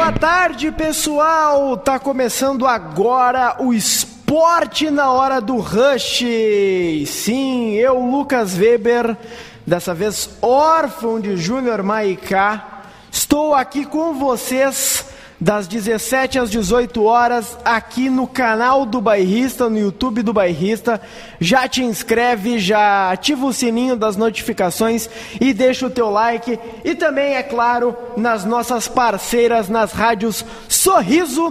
boa tarde, pessoal! Tá começando agora o Esporte na Hora do Rush. Sim, eu, Lucas Weber, dessa vez órfão de Júnior Maicá, estou aqui com vocês das 17 às 18 horas aqui no canal do Bairrista, no YouTube do Bairrista. Já te inscreve, já ativa o sininho das notificações e deixa o teu like. E também, é claro, nas nossas parceiras nas rádios Sorriso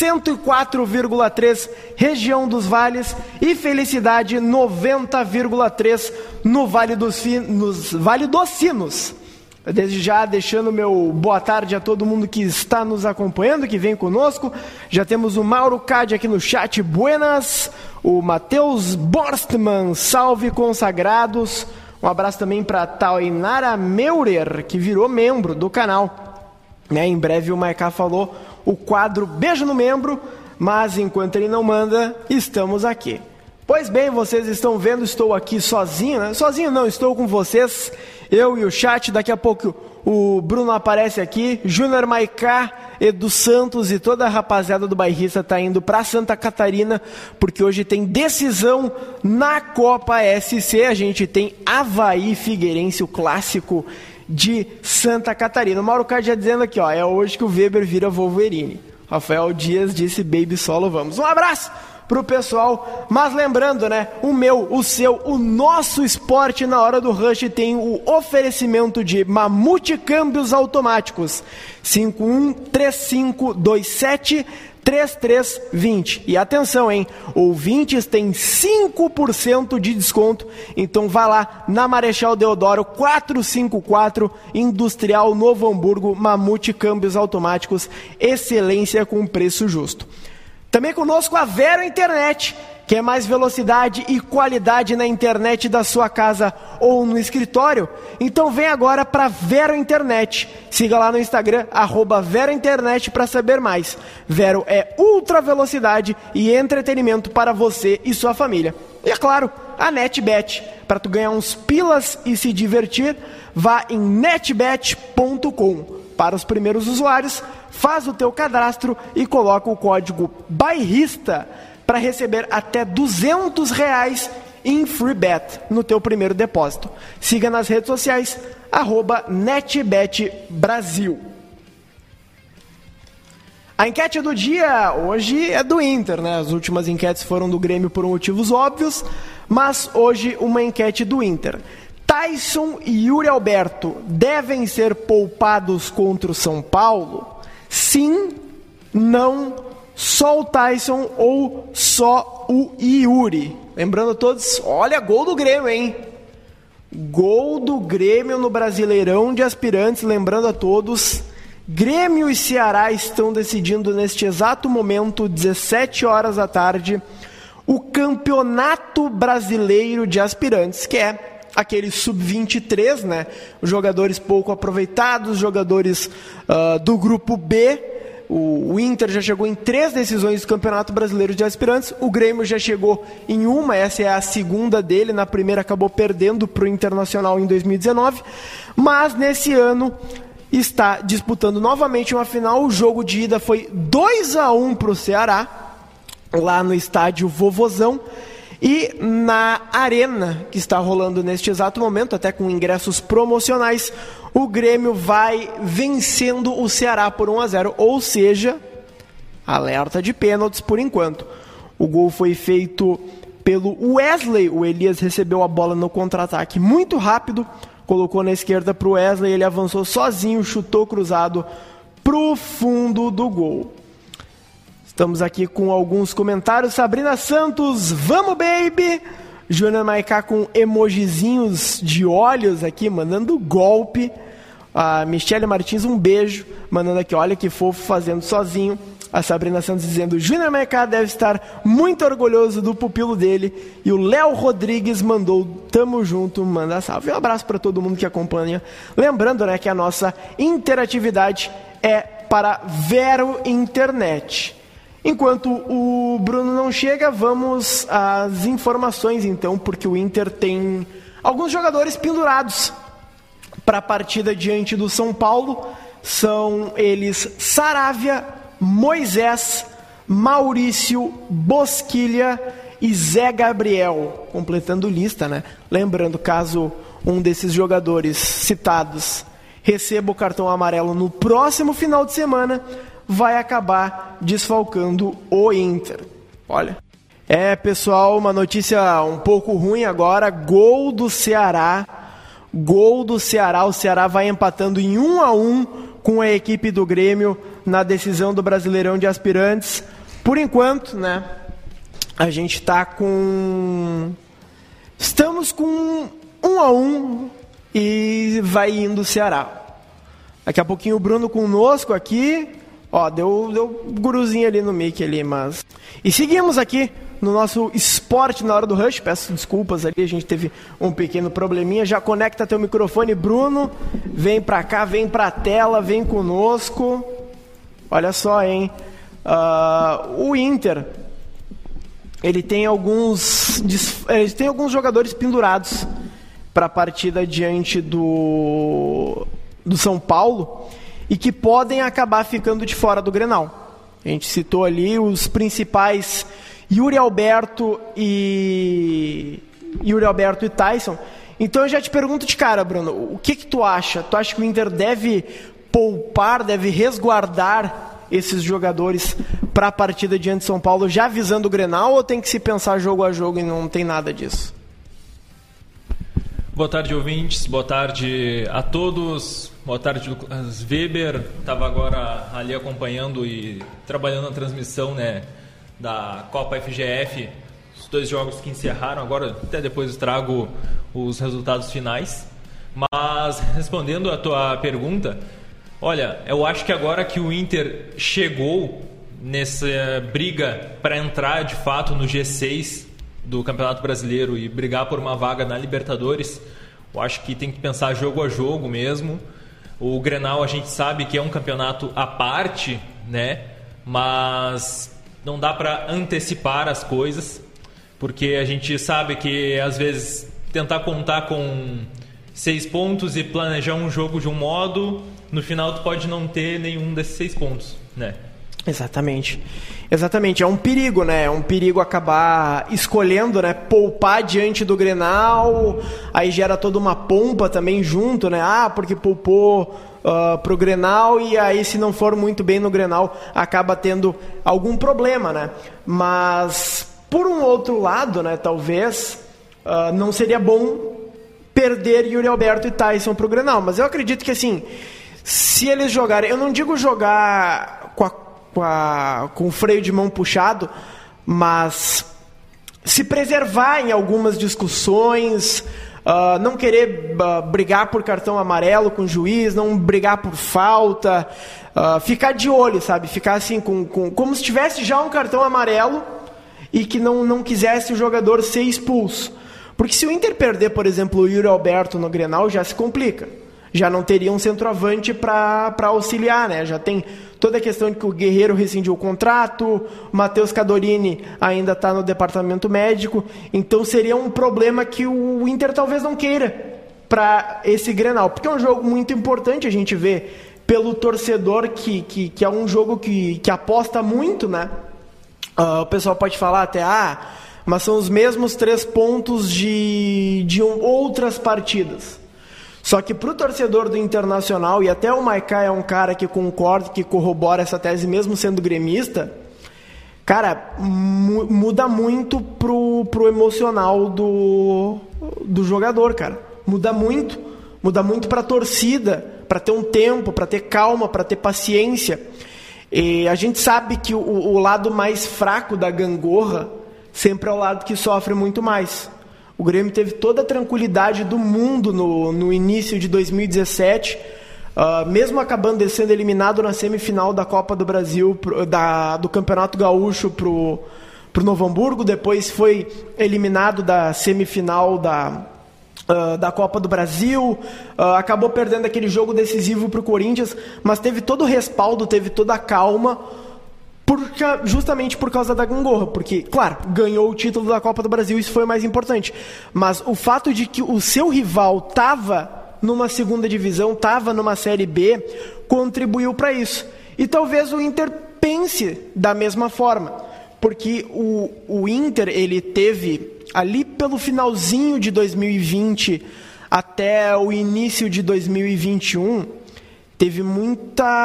104,3 região dos Vales e Felicidade 90,3 no Vale dos Sinos. Desde já, deixando meu boa tarde a todo mundo que está nos acompanhando, que vem conosco. Já temos o Mauro Cade aqui no chat, buenas. O Matheus Borstman, salve consagrados. Um abraço também para Tainara Meurer, que virou membro do canal. Em breve o Maiká falou o quadro Beijo no Membro, mas enquanto ele não manda, estamos aqui. Pois bem, vocês estão vendo, estou aqui sozinho, né? Sozinho não, estou com vocês, eu e o chat. Daqui a pouco o Bruno aparece aqui, Júnior Maicá, Edu Santos e toda a rapaziada do Bairrista está indo para Santa Catarina, porque hoje tem decisão na Copa SC. A gente tem Avaí Figueirense, o clássico de Santa Catarina. O Mauro Card já dizendo aqui, ó, é hoje que o Weber vira Wolverine. Rafael Dias disse baby solo, vamos. Um abraço pro pessoal, mas lembrando, né, o meu, o seu, o nosso Esporte na Hora do Rush tem o oferecimento de Mamute Câmbios Automáticos, 5135273320. E atenção, hein, ouvintes têm 5% de desconto, então vá lá na Marechal Deodoro 454, Industrial Novo Hamburgo, Mamute Câmbios Automáticos, excelência com preço justo. Também conosco a Vero Internet, que é mais velocidade e qualidade na internet da sua casa ou no escritório. Então vem agora para Vero Internet. Siga lá no Instagram, @Vero Internet, para saber mais. Vero é ultra velocidade e entretenimento para você e sua família. E é claro, a NetBet. Para tu ganhar uns pilas e se divertir, vá em netbet.com. Para os primeiros usuários, faz o teu cadastro e coloca o código BAIRRISTA para receber até R$200 em free bet no teu primeiro depósito. Siga nas redes sociais, @NetBetBrasil. A enquete do dia hoje é do Inter, né? As últimas enquetes foram do Grêmio por motivos óbvios, mas hoje uma enquete do Inter. Tyson e Yuri Alberto devem ser poupados contra o São Paulo? Sim, não, só o Tyson ou só o Yuri? Lembrando a todos, olha, gol do Grêmio, hein? Gol do Grêmio no Brasileirão de Aspirantes, lembrando a todos, Grêmio e Ceará estão decidindo neste exato momento, 17 horas da tarde, o Campeonato Brasileiro de Aspirantes, que é aquele sub-23, né? Os jogadores pouco aproveitados, jogadores do grupo B. O Inter já chegou em 3 decisões do Campeonato Brasileiro de Aspirantes. O Grêmio já chegou em uma, essa é a segunda dele. Na primeira acabou perdendo para o Internacional em 2019. Mas nesse ano está disputando novamente uma final. O jogo de ida foi 2-1 para o Ceará, lá no estádio Vovozão. E na arena que está rolando neste exato momento, até com ingressos promocionais, o Grêmio vai vencendo o Ceará por 1-0, ou seja, alerta de pênaltis por enquanto. O gol foi feito pelo Wesley, o Elias recebeu a bola no contra-ataque muito rápido, colocou na esquerda para o Wesley, ele avançou sozinho, chutou cruzado pro fundo do gol. Estamos aqui com alguns comentários. Sabrina Santos, vamos baby! Júnior Maicá com emojizinhos de olhos aqui, mandando golpe. A Michele Martins, um beijo, mandando aqui, olha que fofo, fazendo sozinho. A Sabrina Santos dizendo, Júnior Maicá deve estar muito orgulhoso do pupilo dele. E o Léo Rodrigues mandou, tamo junto, manda salve. Um abraço para todo mundo que acompanha. Lembrando, né, que a nossa interatividade é para Vero Internet. Enquanto o Bruno não chega, vamos às informações então, porque o Inter tem alguns jogadores pendurados para a partida diante do São Paulo. são eles Saravia, Moisés, Maurício, Bosquilha e Zé Gabriel, completando lista, né? Lembrando, caso um desses jogadores citados receba o cartão amarelo no próximo final de semana, vai acabar desfalcando o Inter. Olha, pessoal, uma notícia um pouco ruim agora, gol do Ceará, o Ceará vai empatando em 1-1 com a equipe do Grêmio na decisão do Brasileirão de Aspirantes. Por enquanto, né, a gente estamos com 1-1 e vai indo o Ceará. Daqui a pouquinho o Bruno conosco aqui. Ó, deu guruzinho ali no mic ali, mas... E seguimos aqui no nosso esporte na hora do rush. Peço desculpas ali, a gente teve um pequeno probleminha. Já conecta teu microfone, Bruno. Vem pra cá, vem pra tela, vem conosco. Olha só, hein? O Inter, ele tem alguns jogadores pendurados para a partida diante do São Paulo e que podem acabar ficando de fora do Grenal. A gente citou ali os principais Yuri Alberto e Tyson. Então eu já te pergunto de cara, Bruno, o que tu acha? Tu acha que o Inter deve poupar, deve resguardar esses jogadores para a partida diante de São Paulo, já visando o Grenal, ou tem que se pensar jogo a jogo e não tem nada disso? Boa tarde, ouvintes. Boa tarde a todos. Boa tarde, Lucas Weber. Estava agora ali acompanhando e trabalhando na transmissão, né, da Copa FGF, os 2 jogos que encerraram. Agora, até depois trago os resultados finais. Mas, respondendo a tua pergunta, olha, eu acho que agora que o Inter chegou nessa briga para entrar, de fato, no G6 do Campeonato Brasileiro e brigar por uma vaga na Libertadores, eu acho que tem que pensar jogo a jogo mesmo. O Grenal a gente sabe que é um campeonato à parte, né? Mas não dá para antecipar as coisas, porque a gente sabe que às vezes tentar contar com 6 pontos e planejar um jogo de um modo, no final tu pode não ter nenhum desses 6 pontos, né? Exatamente. É um perigo, né? É um perigo acabar escolhendo, né, poupar diante do Grenal, aí gera toda uma pompa também junto, né? Porque poupou pro Grenal, e aí se não for muito bem no Grenal, acaba tendo algum problema, né? Mas, por um outro lado, né, talvez não seria bom perder Yuri Alberto e Tyson pro Grenal, mas eu acredito que, assim, se eles jogarem, eu não digo jogar com o freio de mão puxado, mas se preservar em algumas discussões, não querer brigar por cartão amarelo com o juiz, não brigar por falta, ficar de olho, sabe? Ficar assim, como se tivesse já um cartão amarelo e que não quisesse o jogador ser expulso. Porque se o Inter perder, por exemplo, o Yuri Alberto no Grenal, já se complica. Já não teria um centroavante para auxiliar, né? Já tem toda a questão de que o Guerreiro rescindiu o contrato, o Matheus Cadorini ainda está no departamento médico, então seria um problema que o Inter talvez não queira para esse Grenal, porque é um jogo muito importante, a gente vê pelo torcedor que é um jogo que aposta muito, né? O pessoal pode falar até, mas são os mesmos 3 pontos de outras partidas. Só que para o torcedor do Internacional, e até o Maiká é um cara que concorda, que corrobora essa tese mesmo sendo gremista, cara, muda muito pro emocional do jogador, cara. Muda muito para a torcida, para ter um tempo, para ter calma, para ter paciência. E a gente sabe que o lado mais fraco da gangorra sempre é o lado que sofre muito mais. O Grêmio teve toda a tranquilidade do mundo no início de 2017, mesmo acabando sendo eliminado na semifinal da Copa do Brasil, do Campeonato Gaúcho pro Novo Hamburgo, depois foi eliminado da semifinal da Copa do Brasil, acabou perdendo aquele jogo decisivo pro Corinthians, mas teve todo o respaldo, teve toda a calma, justamente por causa da gangorra, porque, claro, ganhou o título da Copa do Brasil, isso foi o mais importante, mas o fato de que o seu rival estava numa segunda divisão, estava numa Série B, contribuiu para isso. E talvez o Inter pense da mesma forma, porque o Inter, ele teve ali pelo finalzinho de 2020 até o início de 2021, teve um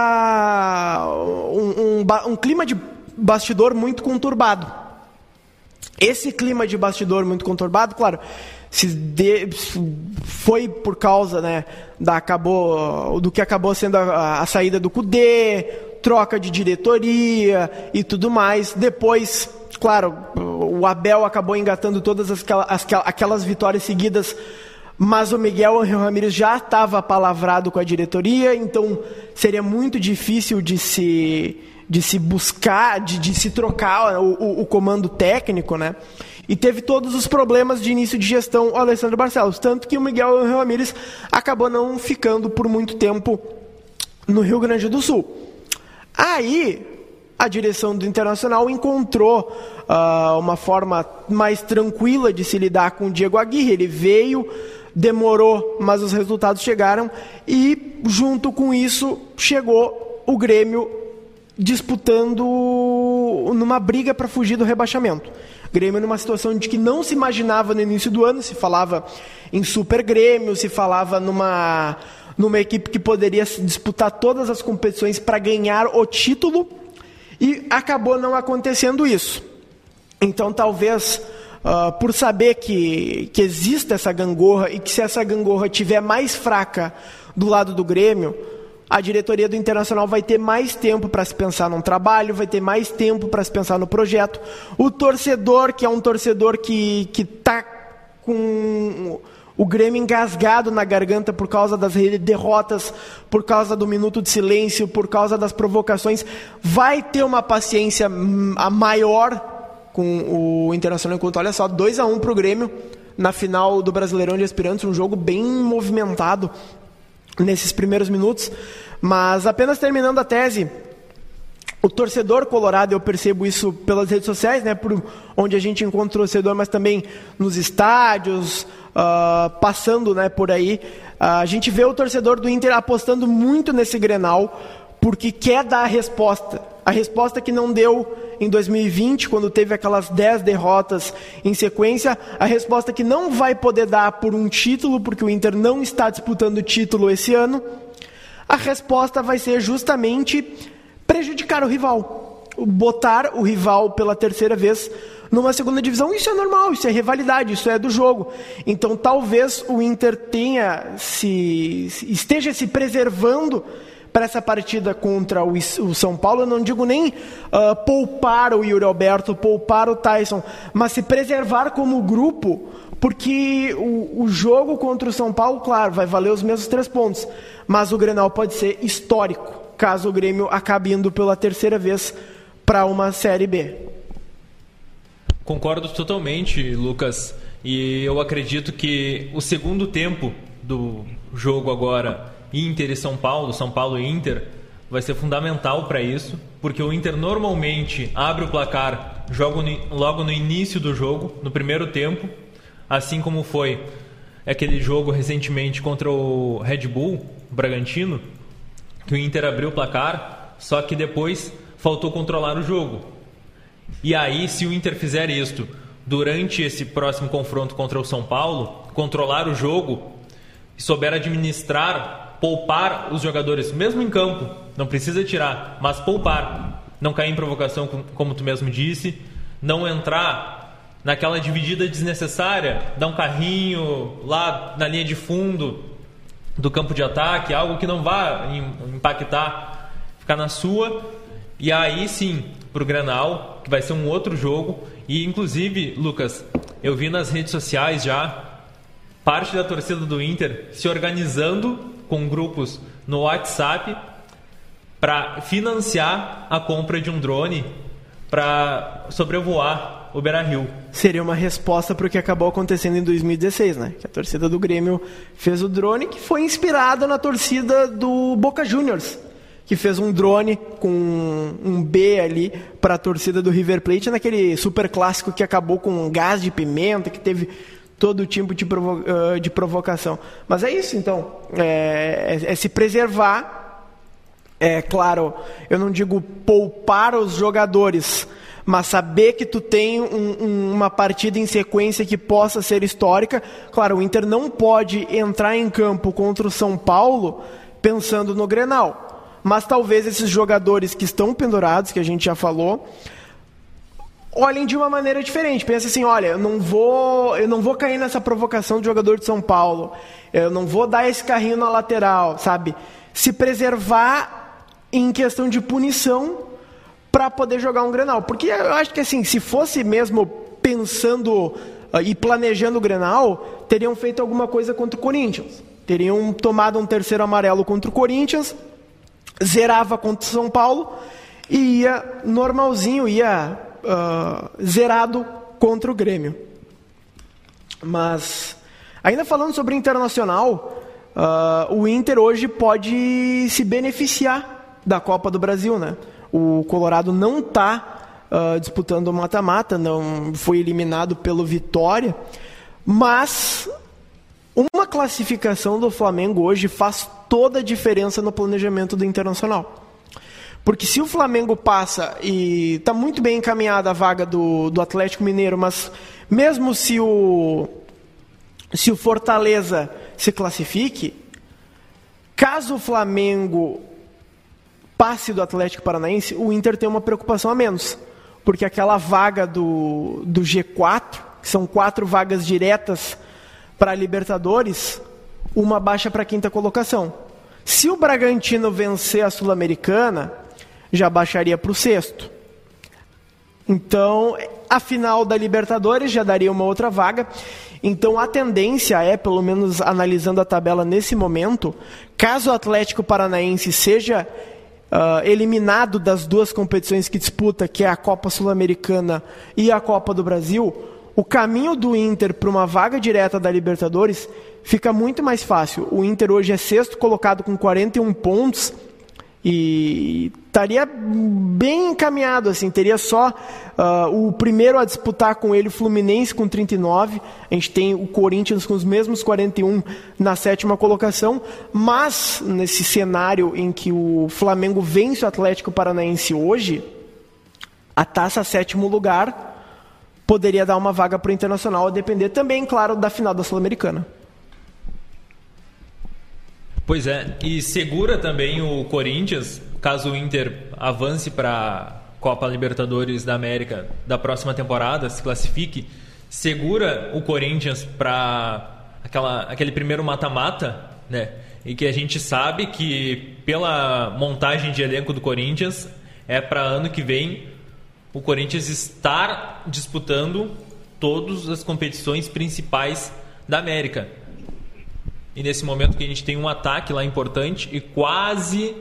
clima de bastidor muito conturbado. Esse clima de bastidor muito conturbado, claro, foi por causa, né, do que acabou sendo a saída do Kudê, troca de diretoria e tudo mais. Depois, claro, o Abel acabou engatando todas aquelas vitórias seguidas, mas o Miguel Ángel Ramírez já estava apalavrado com a diretoria, então seria muito difícil de se buscar, de se trocar o comando técnico, né? E teve todos os problemas de início de gestão o Alessandro Barcelos, tanto que o Miguel Ángel Ramírez acabou não ficando por muito tempo no Rio Grande do Sul. Aí a direção do Internacional encontrou uma forma mais tranquila de se lidar com o Diego Aguirre. Ele veio, demorou, mas os resultados chegaram, e junto com isso chegou o Grêmio disputando numa briga para fugir do rebaixamento. Grêmio numa situação de que não se imaginava no início do ano, se falava em Super Grêmio, se falava numa equipe que poderia disputar todas as competições para ganhar o título, e acabou não acontecendo isso. Então talvez, por saber que existe essa gangorra, e que se essa gangorra estiver mais fraca do lado do Grêmio, a diretoria do Internacional vai ter mais tempo para se pensar num trabalho, vai ter mais tempo para se pensar no projeto. O torcedor, que é um torcedor que está com o Grêmio engasgado na garganta por causa das derrotas, por causa do minuto de silêncio, por causa das provocações, vai ter uma paciência maior com o Internacional. Enquanto, olha só, 2-1 para o Grêmio na final do Brasileirão de Aspirantes, um jogo bem movimentado nesses primeiros minutos. Mas apenas terminando a tese, o torcedor colorado, eu percebo isso pelas redes sociais, né, por onde a gente encontra o torcedor, mas também nos estádios, passando, né, por aí, a gente vê o torcedor do Inter apostando muito nesse Grenal, porque quer dar a resposta que não deu em 2020, quando teve aquelas 10 derrotas em sequência, a resposta que não vai poder dar por um título, porque o Inter não está disputando o título esse ano. A resposta vai ser justamente prejudicar o rival, botar o rival pela terceira vez numa segunda divisão. Isso é normal, isso é rivalidade, isso é do jogo. Então talvez o Inter esteja se preservando para essa partida contra o São Paulo. Eu não digo nem poupar o Yuri Alberto, poupar o Tyson, mas se preservar como grupo, porque o jogo contra o São Paulo, claro, vai valer os mesmos 3 pontos, mas o Grenal pode ser histórico, caso o Grêmio acabe indo pela terceira vez para uma Série B. Concordo totalmente, Lucas, e eu acredito que o segundo tempo do jogo agora, Inter e São Paulo e Inter, vai ser fundamental para isso, porque o Inter normalmente abre o placar, joga logo no início do jogo, no primeiro tempo, assim como foi aquele jogo recentemente contra o Red Bull Bragantino, que o Inter abriu o placar, só que depois faltou controlar o jogo. E aí, se o Inter fizer isto durante esse próximo confronto contra o São Paulo, controlar o jogo, souber administrar, poupar os jogadores, mesmo em campo, não precisa tirar, mas poupar, não cair em provocação, como tu mesmo disse, não entrar naquela dividida desnecessária, dar um carrinho lá na linha de fundo do campo de ataque, algo que não vá impactar, ficar na sua. E aí sim, pro Grenal, que vai ser um outro jogo. E inclusive, Lucas, eu vi nas redes sociais já parte da torcida do Inter se organizando com grupos no WhatsApp para financiar a compra de um drone para sobrevoar o Beira-Rio. Seria uma resposta para o que acabou acontecendo em 2016, né? Que a torcida do Grêmio fez o drone, que foi inspirada na torcida do Boca Juniors, que fez um drone com um B ali para a torcida do River Plate, naquele super clássico que acabou com gás de pimenta, que teve todo tipo de provocação. Mas é isso, então. É se preservar É claro, eu não digo poupar os jogadores, mas saber que tu tem uma partida em sequência que possa ser histórica. Claro, o Inter não pode entrar em campo contra o São Paulo pensando no Grenal, mas talvez esses jogadores que estão pendurados, que a gente já falou, olhem de uma maneira diferente. Pensa assim, olha, eu não vou cair nessa provocação de jogador de São Paulo, eu não vou dar esse carrinho na lateral, sabe? Se preservar em questão de punição para poder jogar um Grenal. Porque eu acho que assim, se fosse mesmo pensando e planejando o Grenal, teriam feito alguma coisa contra o Corinthians. Teriam tomado um terceiro amarelo contra o Corinthians, zerava contra o São Paulo e ia normalzinho, ia zerado contra o Grêmio. Mas, ainda falando sobre o Internacional, o Inter hoje pode se beneficiar da Copa do Brasil, né? O Colorado não está disputando o mata-mata, não foi eliminado pelo Vitória, mas uma classificação do Flamengo hoje faz toda a diferença no planejamento do Internacional. Porque se o Flamengo passa e está muito bem encaminhada a vaga do Atlético Mineiro, mas mesmo se o Fortaleza se classifique, caso o Flamengo passe do Atlético Paranaense, o Inter tem uma preocupação a menos. Porque aquela vaga do G4, que são 4 vagas diretas para a Libertadores, uma baixa para a 5ª colocação. Se o Bragantino vencer a Sul-Americana, já baixaria para o 6º. Então, a final da Libertadores já daria uma outra vaga. Então, a tendência é, pelo menos analisando a tabela nesse momento, caso o Atlético Paranaense seja eliminado das 2 competições que disputa, que é a Copa Sul-Americana e a Copa do Brasil, o caminho do Inter para uma vaga direta da Libertadores fica muito mais fácil. O Inter hoje é 6º colocado com 41 pontos e estaria bem encaminhado, assim, teria só o primeiro a disputar com ele, o Fluminense com 39, a gente tem o Corinthians com os mesmos 41 na 7ª colocação, mas nesse cenário em que o Flamengo vence o Atlético Paranaense hoje, a taça 7º lugar poderia dar uma vaga para o Internacional, a depender também, claro, da final da Sul-Americana. Pois é, e segura também o Corinthians, caso o Inter avance para a Copa Libertadores da América da próxima temporada, se classifique, segura o Corinthians para aquele primeiro mata-mata, né? E que a gente sabe que pela montagem de elenco do Corinthians, é para ano que vem o Corinthians estar disputando todas as competições principais da América. E nesse momento que a gente tem um ataque lá importante e quase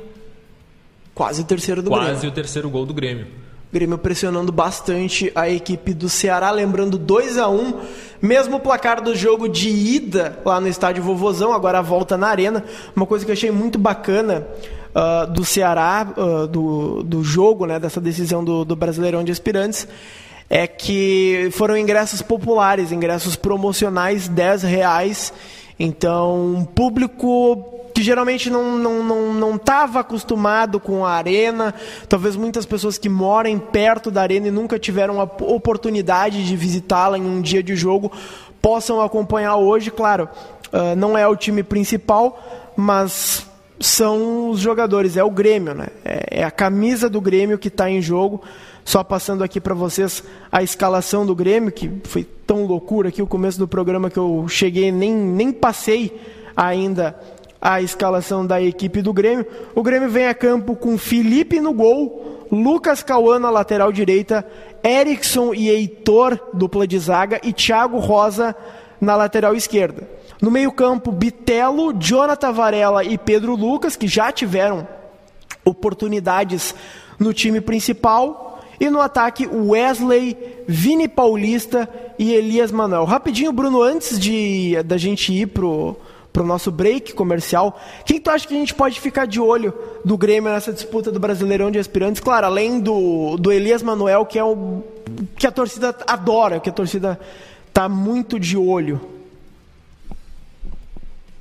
o terceiro do Grêmio. Quase o terceiro gol do Grêmio. O Grêmio pressionando bastante a equipe do Ceará, lembrando 2-1, mesmo placar do jogo de ida lá no estádio Vovozão, agora a volta na Arena. Uma coisa que eu achei muito bacana do Ceará, do jogo, né, dessa decisão do Brasileirão de Aspirantes, é que foram ingressos populares, ingressos promocionais, R$10. Então, um público que geralmente não estava acostumado com a arena, talvez muitas pessoas que moram perto da arena e nunca tiveram a oportunidade de visitá-la em um dia de jogo, possam acompanhar hoje. Claro, não é o time principal, mas são os jogadores, é o Grêmio, né? É a camisa do Grêmio que está em jogo. Só passando aqui para vocês a escalação do Grêmio, que foi tão loucura aqui o começo do programa que eu cheguei, nem passei ainda a escalação da equipe do Grêmio. O Grêmio vem a campo com Felipe no gol, Lucas Cauã na lateral direita, Erickson e Heitor, dupla de zaga, e Thiago Rosa na lateral esquerda. No meio campo, Bitelo, Jonathan Varela e Pedro Lucas, que já tiveram oportunidades no time principal. E no ataque, Wesley, Vini Paulista e Elias Manuel. Rapidinho, Bruno, antes da gente ir pro nosso break comercial, quem tu acha que a gente pode ficar de olho do Grêmio nessa disputa do Brasileirão de Aspirantes? Claro, além do Elias Manuel, que é o que a torcida adora, que a torcida tá muito de olho.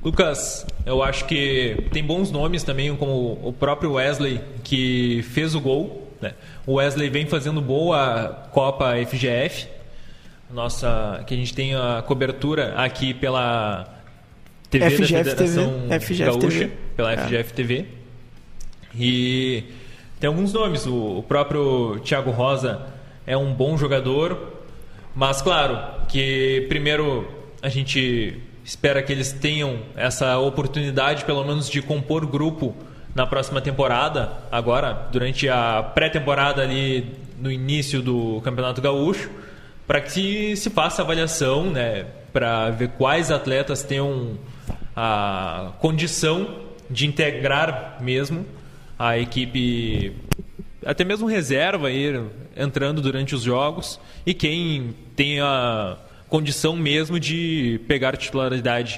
Lucas, eu acho que tem bons nomes também, como o próprio Wesley, que fez o gol, né? O Wesley vem fazendo boa Copa FGF, que a gente tem a cobertura aqui pela TV FGF da Federação FGF Gaúcha, TV. pela FGF TV. E tem alguns nomes, o próprio Thiago Rosa é um bom jogador, mas claro que primeiro a gente espera que eles tenham essa oportunidade pelo menos de compor grupo na próxima temporada, agora durante a pré-temporada ali no início do Campeonato Gaúcho, para que se faça a avaliação, né, para ver quais atletas tenham a condição de integrar mesmo a equipe, até mesmo reserva, ir entrando durante os jogos, e quem tem a condição mesmo de pegar titularidade.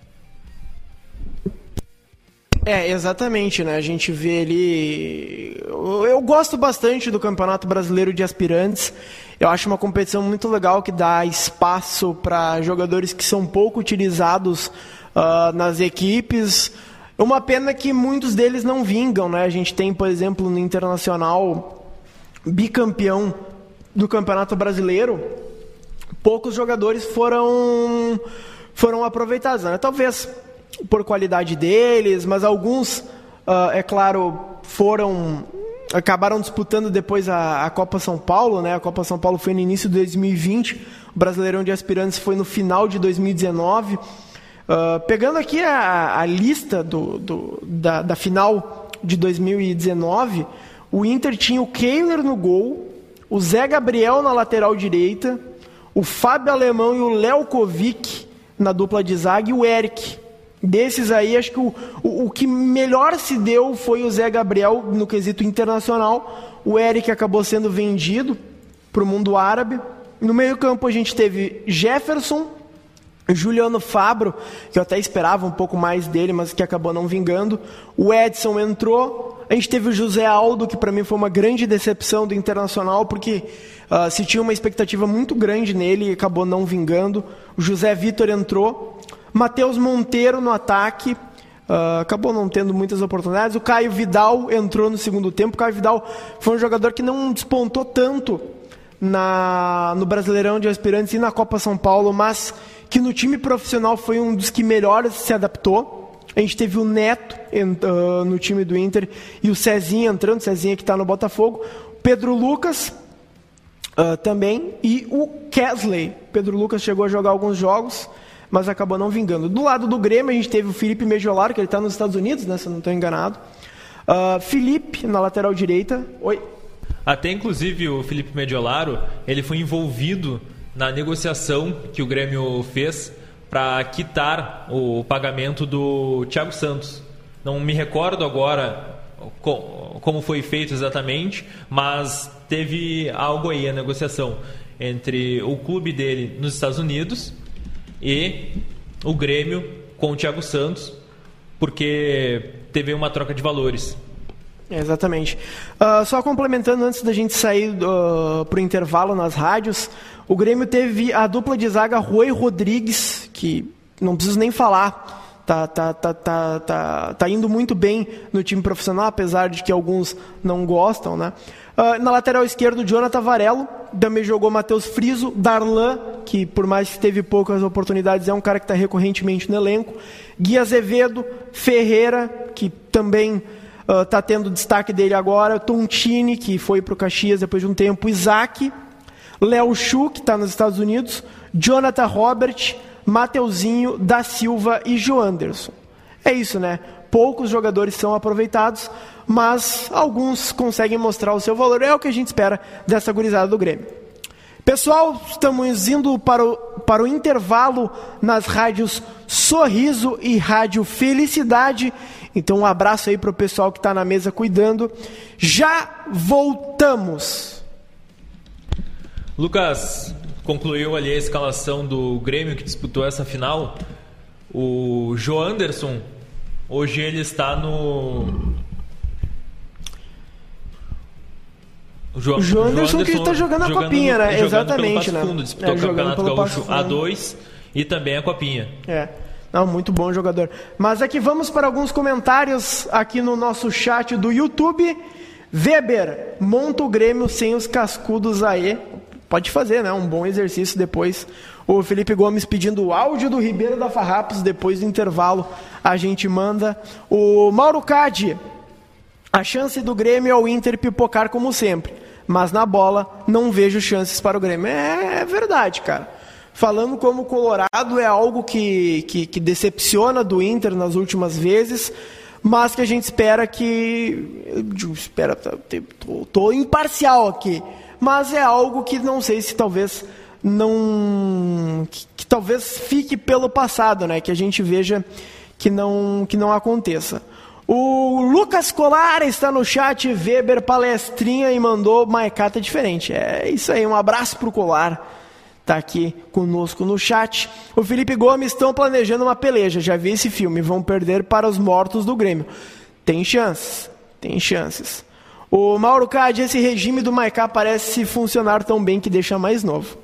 Exatamente, né? A gente vê ali... Eu gosto bastante do Campeonato Brasileiro de Aspirantes. Eu acho uma competição muito legal que dá espaço para jogadores que são pouco utilizados nas equipes. Uma pena que muitos deles não vingam, né? A gente tem, por exemplo, no Internacional, bicampeão do Campeonato Brasileiro, poucos jogadores foram aproveitados, né? Talvez por qualidade deles, mas alguns, é claro, acabaram disputando depois a Copa São Paulo, né? A Copa São Paulo foi no início de 2020, o Brasileirão de Aspirantes foi no final de 2019. Pegando aqui a lista da final de 2019, o Inter tinha o Kehler no gol, o Zé Gabriel na lateral direita, o Fábio Alemão e o Léo Kovic na dupla de zaga e o Eric. Desses aí, acho que o que melhor se deu foi o Zé Gabriel no quesito internacional. O Eric acabou sendo vendido para o mundo árabe. No meio campo a gente teve Jefferson, Juliano Fabro, que eu até esperava um pouco mais dele, mas que acabou não vingando. O Edson entrou. A gente teve o José Aldo, que para mim foi uma grande decepção do Internacional, porque se tinha uma expectativa muito grande nele e acabou não vingando. O José Vitor entrou. Matheus Monteiro no ataque, acabou não tendo muitas oportunidades. O Caio Vidal entrou no segundo tempo. O Caio Vidal foi um jogador que não despontou tanto no Brasileirão de Aspirantes e na Copa São Paulo, mas que no time profissional foi um dos que melhor se adaptou. A gente teve o Neto no time do Inter e o Cezinha entrando, o Cezinha que está no Botafogo. Pedro Lucas também, e o Kesley. Pedro Lucas chegou a jogar alguns jogos, mas acabou não vingando. Do lado do Grêmio, a gente teve o Felipe Mejolaro, que ele está nos Estados Unidos, né, se eu não estou enganado. Felipe, na lateral direita. Oi. Até, inclusive, o Felipe Mejolaro, ele foi envolvido na negociação que o Grêmio fez para quitar o pagamento do Thiago Santos. Não me recordo agora como foi feito exatamente, mas teve algo aí, a negociação entre o clube dele nos Estados Unidos e o Grêmio com o Thiago Santos, porque teve uma troca de valores. Exatamente. Só complementando, antes da gente sair para o intervalo nas rádios, o Grêmio teve a dupla de zaga Rui Rodrigues, que não preciso nem falar, tá indo muito bem no time profissional, apesar de que alguns não gostam, né? Na lateral esquerda, o Jonathan Varello, também jogou Matheus Friso, Darlan, que por mais que teve poucas oportunidades, é um cara que está recorrentemente no elenco, Gui Azevedo, Ferreira, que também está tendo destaque dele agora, Tontini, que foi para o Caxias depois de um tempo, Isaac, Léo Chu, que está nos Estados Unidos, Jonathan Robert, Mateuzinho, Da Silva e Joanderson. É isso, né? Poucos jogadores são aproveitados, mas alguns conseguem mostrar o seu valor. É o que a gente espera dessa gurizada do Grêmio. Pessoal, estamos indo para o intervalo nas rádios Sorriso e Rádio Felicidade. Então um abraço aí para o pessoal que está na mesa cuidando. Já voltamos. Lucas, concluiu ali a escalação do Grêmio que disputou essa final. O Joanderson, hoje ele está no... O Joanderson que está jogando a Copinha, né? Exatamente, pelo Passo Fundo, disputou o Campeonato Gaúcho A2 e também a Copinha. Não, muito bom jogador. Mas aqui vamos para alguns comentários aqui no nosso chat do YouTube. Weber, monta o Grêmio sem os cascudos aí. Pode fazer, né? Um bom exercício depois. O Felipe Gomes pedindo o áudio do Ribeiro da Farrapos. Depois do intervalo a gente manda. O Mauro Cade, a chance do Grêmio é o Inter pipocar como sempre. Mas na bola não vejo chances para o Grêmio. É verdade, cara. Falando como colorado, é algo que decepciona do Inter nas últimas vezes, mas que a gente espera tô imparcial aqui, mas é algo que não sei se talvez não... que talvez fique pelo passado, né? Que a gente veja que não aconteça. O Lucas Colar está no chat, Weber palestrinha e mandou Maiká tá diferente. É isso aí, um abraço pro Colar. Tá aqui conosco no chat. O Felipe Gomes, estão planejando uma peleja. Já vi esse filme. Vão perder para os mortos do Grêmio. Tem chances. O Mauro Cade, esse regime do Maiká parece funcionar tão bem que deixa mais novo.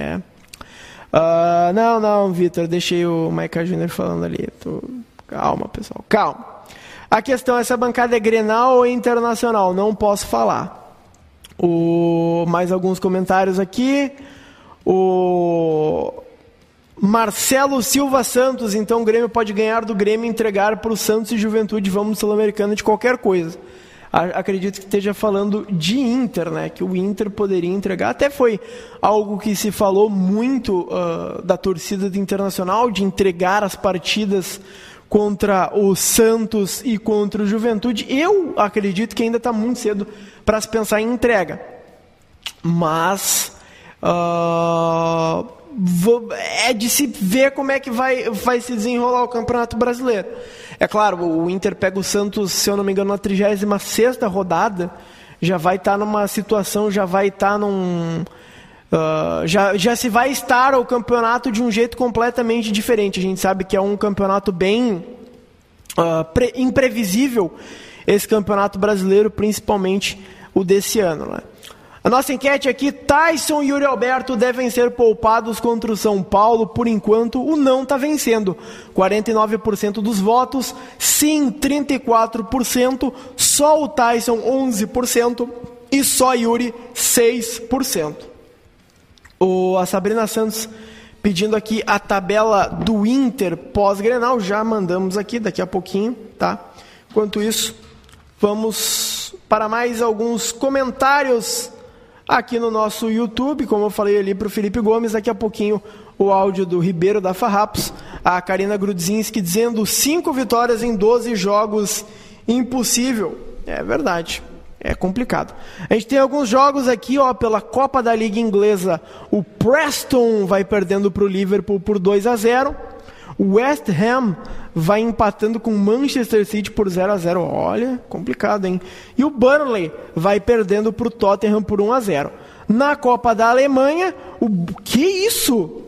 Não, Vitor. Deixei o Maiká Júnior falando ali. Calma, pessoal. Calma. A questão é, essa bancada é Grenal ou Internacional? Não posso falar. Mais alguns comentários aqui. O Marcelo Silva Santos, então o Grêmio pode ganhar do Grêmio e entregar para o Santos e Juventude, vamos Sul-Americana de qualquer coisa. Acredito que esteja falando de Inter, né? Que o Inter poderia entregar. Até foi algo que se falou muito da torcida do Internacional, de entregar as partidas contra o Santos e contra o Juventude. Eu acredito que ainda está muito cedo para se pensar em entrega. Mas... é de se ver como é que vai se desenrolar o Campeonato Brasileiro. É claro, o Inter pega o Santos, se eu não me engano, na 36ª rodada, já vai estar numa situação, já vai estar já se vai estar o campeonato de um jeito completamente diferente. A gente sabe que é um campeonato bem imprevisível, esse Campeonato Brasileiro, principalmente o desse ano, né? A nossa enquete aqui, Tyson e Yuri Alberto devem ser poupados contra o São Paulo. Por enquanto, o não está vencendo. 49% dos votos, sim 34%, só o Tyson 11% e só Yuri 6%. A Sabrina Santos pedindo aqui a tabela do Inter pós-Grenal, já mandamos aqui daqui a pouquinho, tá? Enquanto isso, vamos para mais alguns comentários aqui no nosso YouTube, como eu falei ali para o Felipe Gomes, daqui a pouquinho o áudio do Ribeiro da Farrapos, a Karina Grudzinski dizendo 5 vitórias em 12 jogos, impossível. É verdade, é complicado. A gente tem alguns jogos aqui, pela Copa da Liga Inglesa. O Preston vai perdendo para o Liverpool por 2-0. O West Ham vai empatando com o Manchester City por 0-0. Olha, complicado, hein? E o Burnley vai perdendo para o Tottenham por 1-0. Na Copa da Alemanha, Que isso?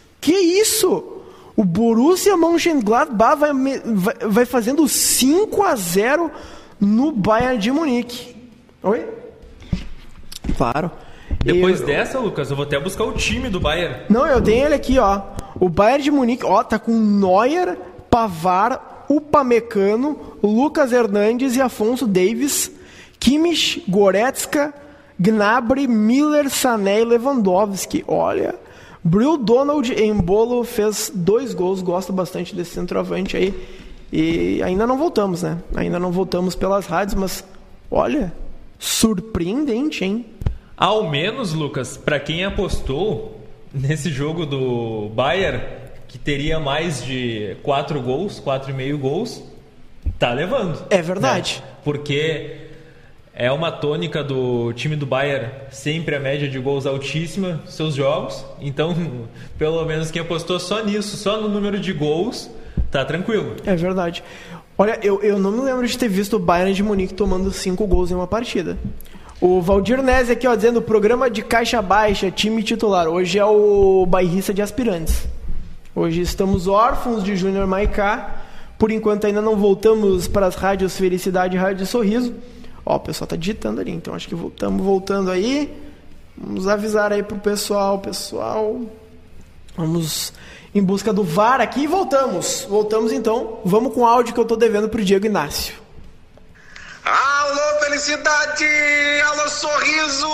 O Borussia Mönchengladbach vai fazendo 5-0 no Bayern de Munique. Oi? Claro. Depois dessa, Lucas, eu vou até buscar o time do Bayern. Não, eu tenho ele aqui, O Bayern de Munique, tá com Neuer, Pavard, Upamecano, Lucas Hernandes e Afonso Davies, Kimmich, Goretzka, Gnabry, Miller, Sané e Lewandowski. Olha, Bril Donald Embolo fez 2 gols, gosto bastante desse centroavante aí. E ainda não voltamos, né? Ainda não voltamos pelas rádios, mas olha, surpreendente, hein? Ao menos, Lucas, para quem apostou nesse jogo do Bayern, que teria mais de 4 gols, 4,5 gols, tá levando. É verdade. Né? Porque é uma tônica do time do Bayern, sempre a média de gols altíssima, seus jogos. Então, pelo menos quem apostou só nisso, só no número de gols, tá tranquilo. É verdade. Olha, eu não me lembro de ter visto o Bayern de Munique tomando 5 gols em uma partida. O Valdir Nese aqui, dizendo, programa de caixa baixa, time titular. Hoje é o bairrista de aspirantes. Hoje estamos órfãos de Júnior Maiká. Por enquanto ainda não voltamos para as rádios Felicidade e Rádio Sorriso. O pessoal tá digitando ali, então acho que estamos voltando aí. Vamos avisar aí pro pessoal. Vamos em busca do VAR aqui e voltamos. Voltamos então, vamos com o áudio que eu tô devendo pro Diego Inácio. Alô, felicidade! Alô, sorriso!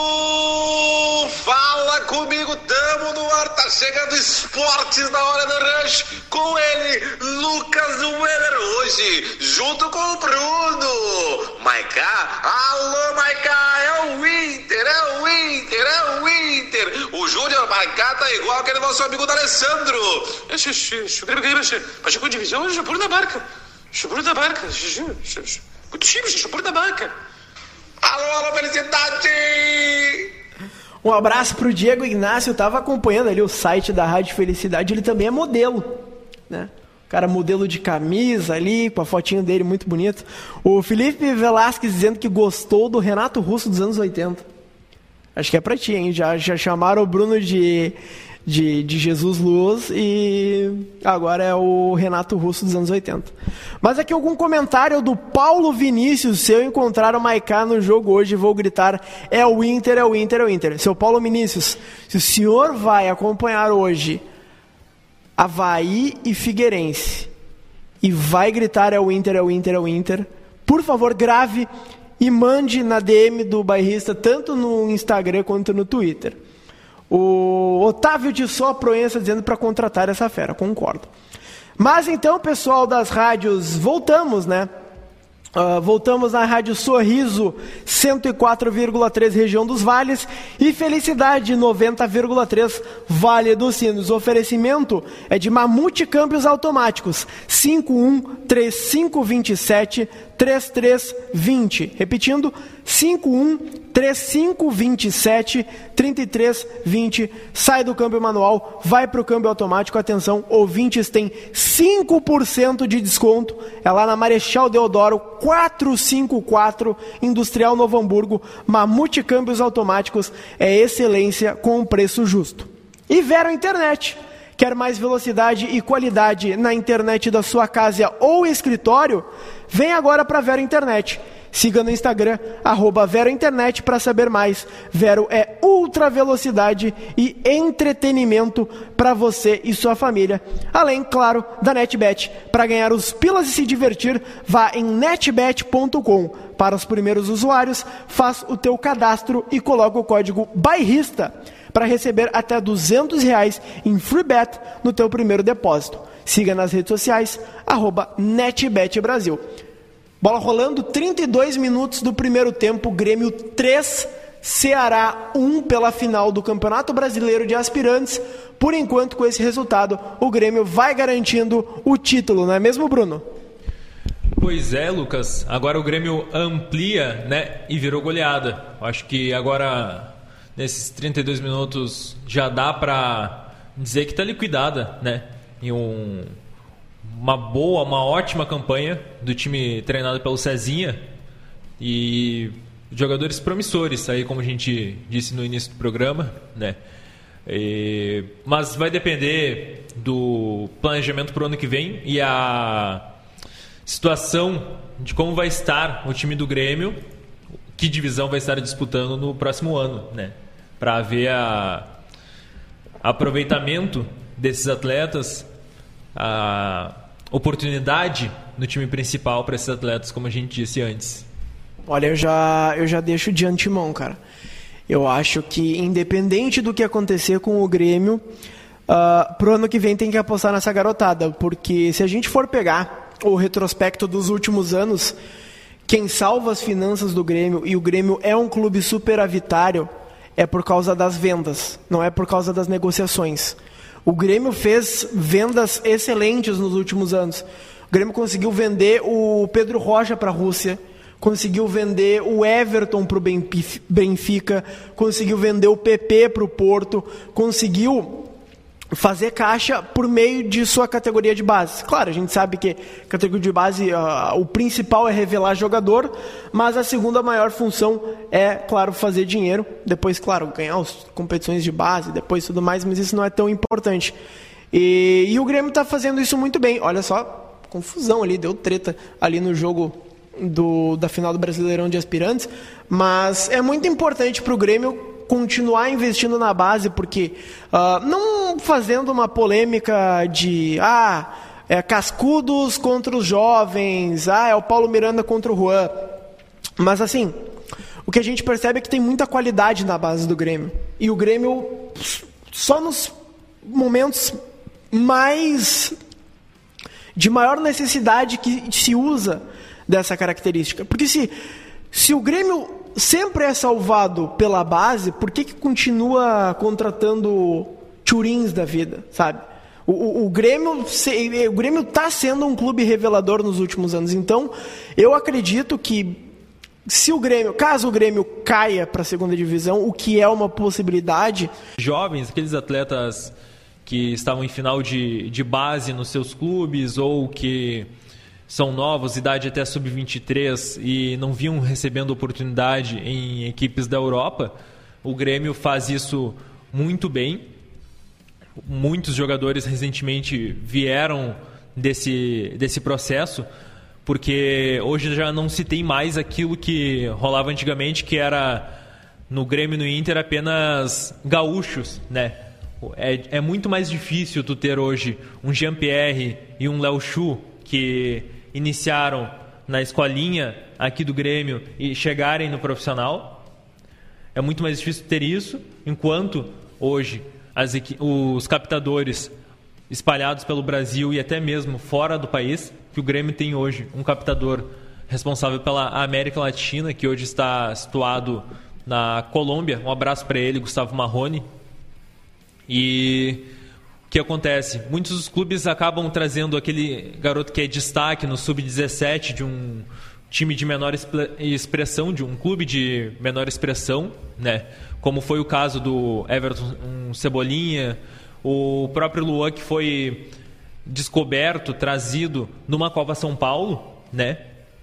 Fala comigo, tamo no ar, tá chegando Esportes na Hora do Rush, com ele, Lucas Weber, hoje, junto com o Bruno. Maiká, alô, Maiká, é o Inter! O Júnior Maiká tá igual aquele nosso amigo do Alessandro. Passou divisão, Júnior da Barca. Alô, felicidade! Um abraço pro Diego Inácio, eu tava acompanhando ali o site da Rádio Felicidade, ele também é modelo, né? O cara modelo de camisa ali, com a fotinho dele muito bonito. O Felipe Velasquez dizendo que gostou do Renato Russo dos anos 80. Acho que é pra ti, hein? Já chamaram o Bruno de Jesus Luz e agora é o Renato Russo dos anos 80. Mas aqui algum comentário do Paulo Vinícius: se eu encontrar o Maiká no jogo hoje, vou gritar, é o Inter, é o Inter, é o Inter. Seu Paulo Vinícius, se o senhor vai acompanhar hoje Avaí e Figueirense e vai gritar, é o Inter, é o Inter, é o Inter, por favor, grave e mande na DM do Bairrista, tanto no Instagram quanto no Twitter. O Otávio de Só Proença dizendo para contratar essa fera, concordo. Mas então, pessoal das rádios, voltamos, né? Voltamos na Rádio Sorriso 104,3 região dos Vales e Felicidade 90,3 Vale dos Sinos. O oferecimento é de Mamute Câmbios Automáticos 513527-3320. Repetindo, 513527-3320. Sai do câmbio manual, vai para o câmbio automático. Atenção, ouvintes, tem 5% de desconto. É lá na Marechal Deodoro 454, Industrial Novo Hamburgo. Mamute Câmbios Automáticos é excelência com um preço justo. E Vero Internet. Quer mais velocidade e qualidade na internet da sua casa ou escritório? Vem agora para Vero Internet. Siga no Instagram, @Vero Internet, para saber mais. Vero é ultra velocidade e entretenimento para você e sua família. Além, claro, da NetBet. Para ganhar os pilas e se divertir, vá em netbet.com. Para os primeiros usuários, faz o teu cadastro e coloca o código BAIRRISTA para receber até R$200 em free bet no teu primeiro depósito. Siga nas redes sociais, @NetBetBrasil. Bola rolando, 32 minutos do primeiro tempo, Grêmio 3, Ceará 1 pela final do Campeonato Brasileiro de Aspirantes. Por enquanto, com esse resultado, o Grêmio vai garantindo o título, não é mesmo, Bruno? Pois é, Lucas. Agora o Grêmio amplia, né, e virou goleada. Acho que agora, nesses 32 minutos, já dá para dizer que está liquidada, né, em uma ótima campanha do time treinado pelo Cezinha e jogadores promissores, aí como a gente disse no início do programa, né? Mas vai depender do planejamento para o ano que vem e a situação de como vai estar o time do Grêmio, que divisão vai estar disputando no próximo ano, né? Para ver aproveitamento desses atletas, a oportunidade no time principal para esses atletas, como a gente disse antes. Olha, eu já deixo de antemão, cara. Eu acho que, independente do que acontecer com o Grêmio, pro ano que vem tem que apostar nessa garotada, porque se a gente for pegar o retrospecto dos últimos anos, quem salva as finanças do Grêmio, e o Grêmio é um clube superavitário, é por causa das vendas, não é por causa das negociações. O Grêmio fez vendas excelentes nos últimos anos. O Grêmio conseguiu vender o Pedro Rocha para a Rússia, conseguiu vender o Everton para o Benfica, conseguiu vender o PP para o Porto, conseguiu fazer caixa por meio de sua categoria de base. Claro, a gente sabe que categoria de base, o principal é revelar jogador, mas a segunda maior função é, claro, fazer dinheiro. Depois, claro, ganhar as competições de base, depois tudo mais, mas isso não é tão importante. E o Grêmio está fazendo isso muito bem. Olha só, confusão ali, deu treta ali no jogo da final do Brasileirão de Aspirantes, mas é muito importante para o Grêmio continuar investindo na base, porque não fazendo uma polêmica de cascudos contra os jovens, é o Paulo Miranda contra o Juan, mas assim, o que a gente percebe é que tem muita qualidade na base do Grêmio, e o Grêmio só nos momentos de maior necessidade que se usa dessa característica, porque se o Grêmio sempre é salvado pela base, por que continua contratando Turins da vida, sabe? O Grêmio está sendo um clube revelador nos últimos anos. Então, eu acredito que caso o Grêmio caia para a segunda divisão, o que é uma possibilidade... Jovens, aqueles atletas que estavam em final de base nos seus clubes ou que são novos, idade até sub-23 e não vinham recebendo oportunidade em equipes da Europa, o Grêmio faz isso muito bem. Muitos jogadores recentemente vieram desse processo, porque hoje já não se tem mais aquilo que rolava antigamente, que era no Grêmio e no Inter apenas gaúchos, né? É muito mais difícil tu ter hoje um Jean-Pierre e um Léo Chu que iniciaram na escolinha aqui do Grêmio e chegarem no profissional. É muito mais difícil ter isso, enquanto hoje os captadores espalhados pelo Brasil e até mesmo fora do país, que o Grêmio tem hoje um captador responsável pela América Latina, que hoje está situado na Colômbia. Um abraço para ele, Gustavo Marrone. E o que acontece? Muitos dos clubes acabam trazendo aquele garoto que é destaque no sub-17 de um time de menor expressão, de um clube de menor expressão, né? Como foi o caso do Everton Cebolinha, o próprio Luan, que foi descoberto, trazido numa Copa São Paulo, né?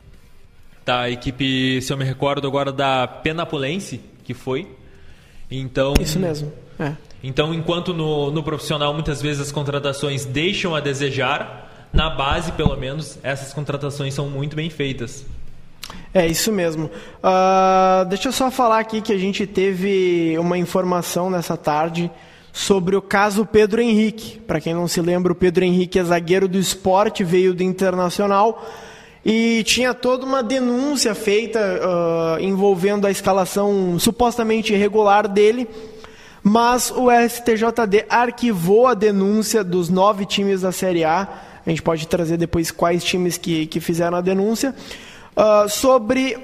Da equipe, se eu me recordo agora, da Penapolense, que foi. Então, isso mesmo. Então, enquanto no profissional muitas vezes as contratações deixam a desejar, na base, pelo menos, essas contratações são muito bem feitas. É isso mesmo. Deixa eu só falar aqui que a gente teve uma informação nessa tarde sobre o caso Pedro Henrique. Para quem não se lembra, o Pedro Henrique é zagueiro do Sport, veio do Internacional e tinha toda uma denúncia feita envolvendo a escalação supostamente irregular dele, mas o STJD arquivou a denúncia dos 9 times da Série A. A gente pode trazer depois quais times que fizeram a denúncia. Sobre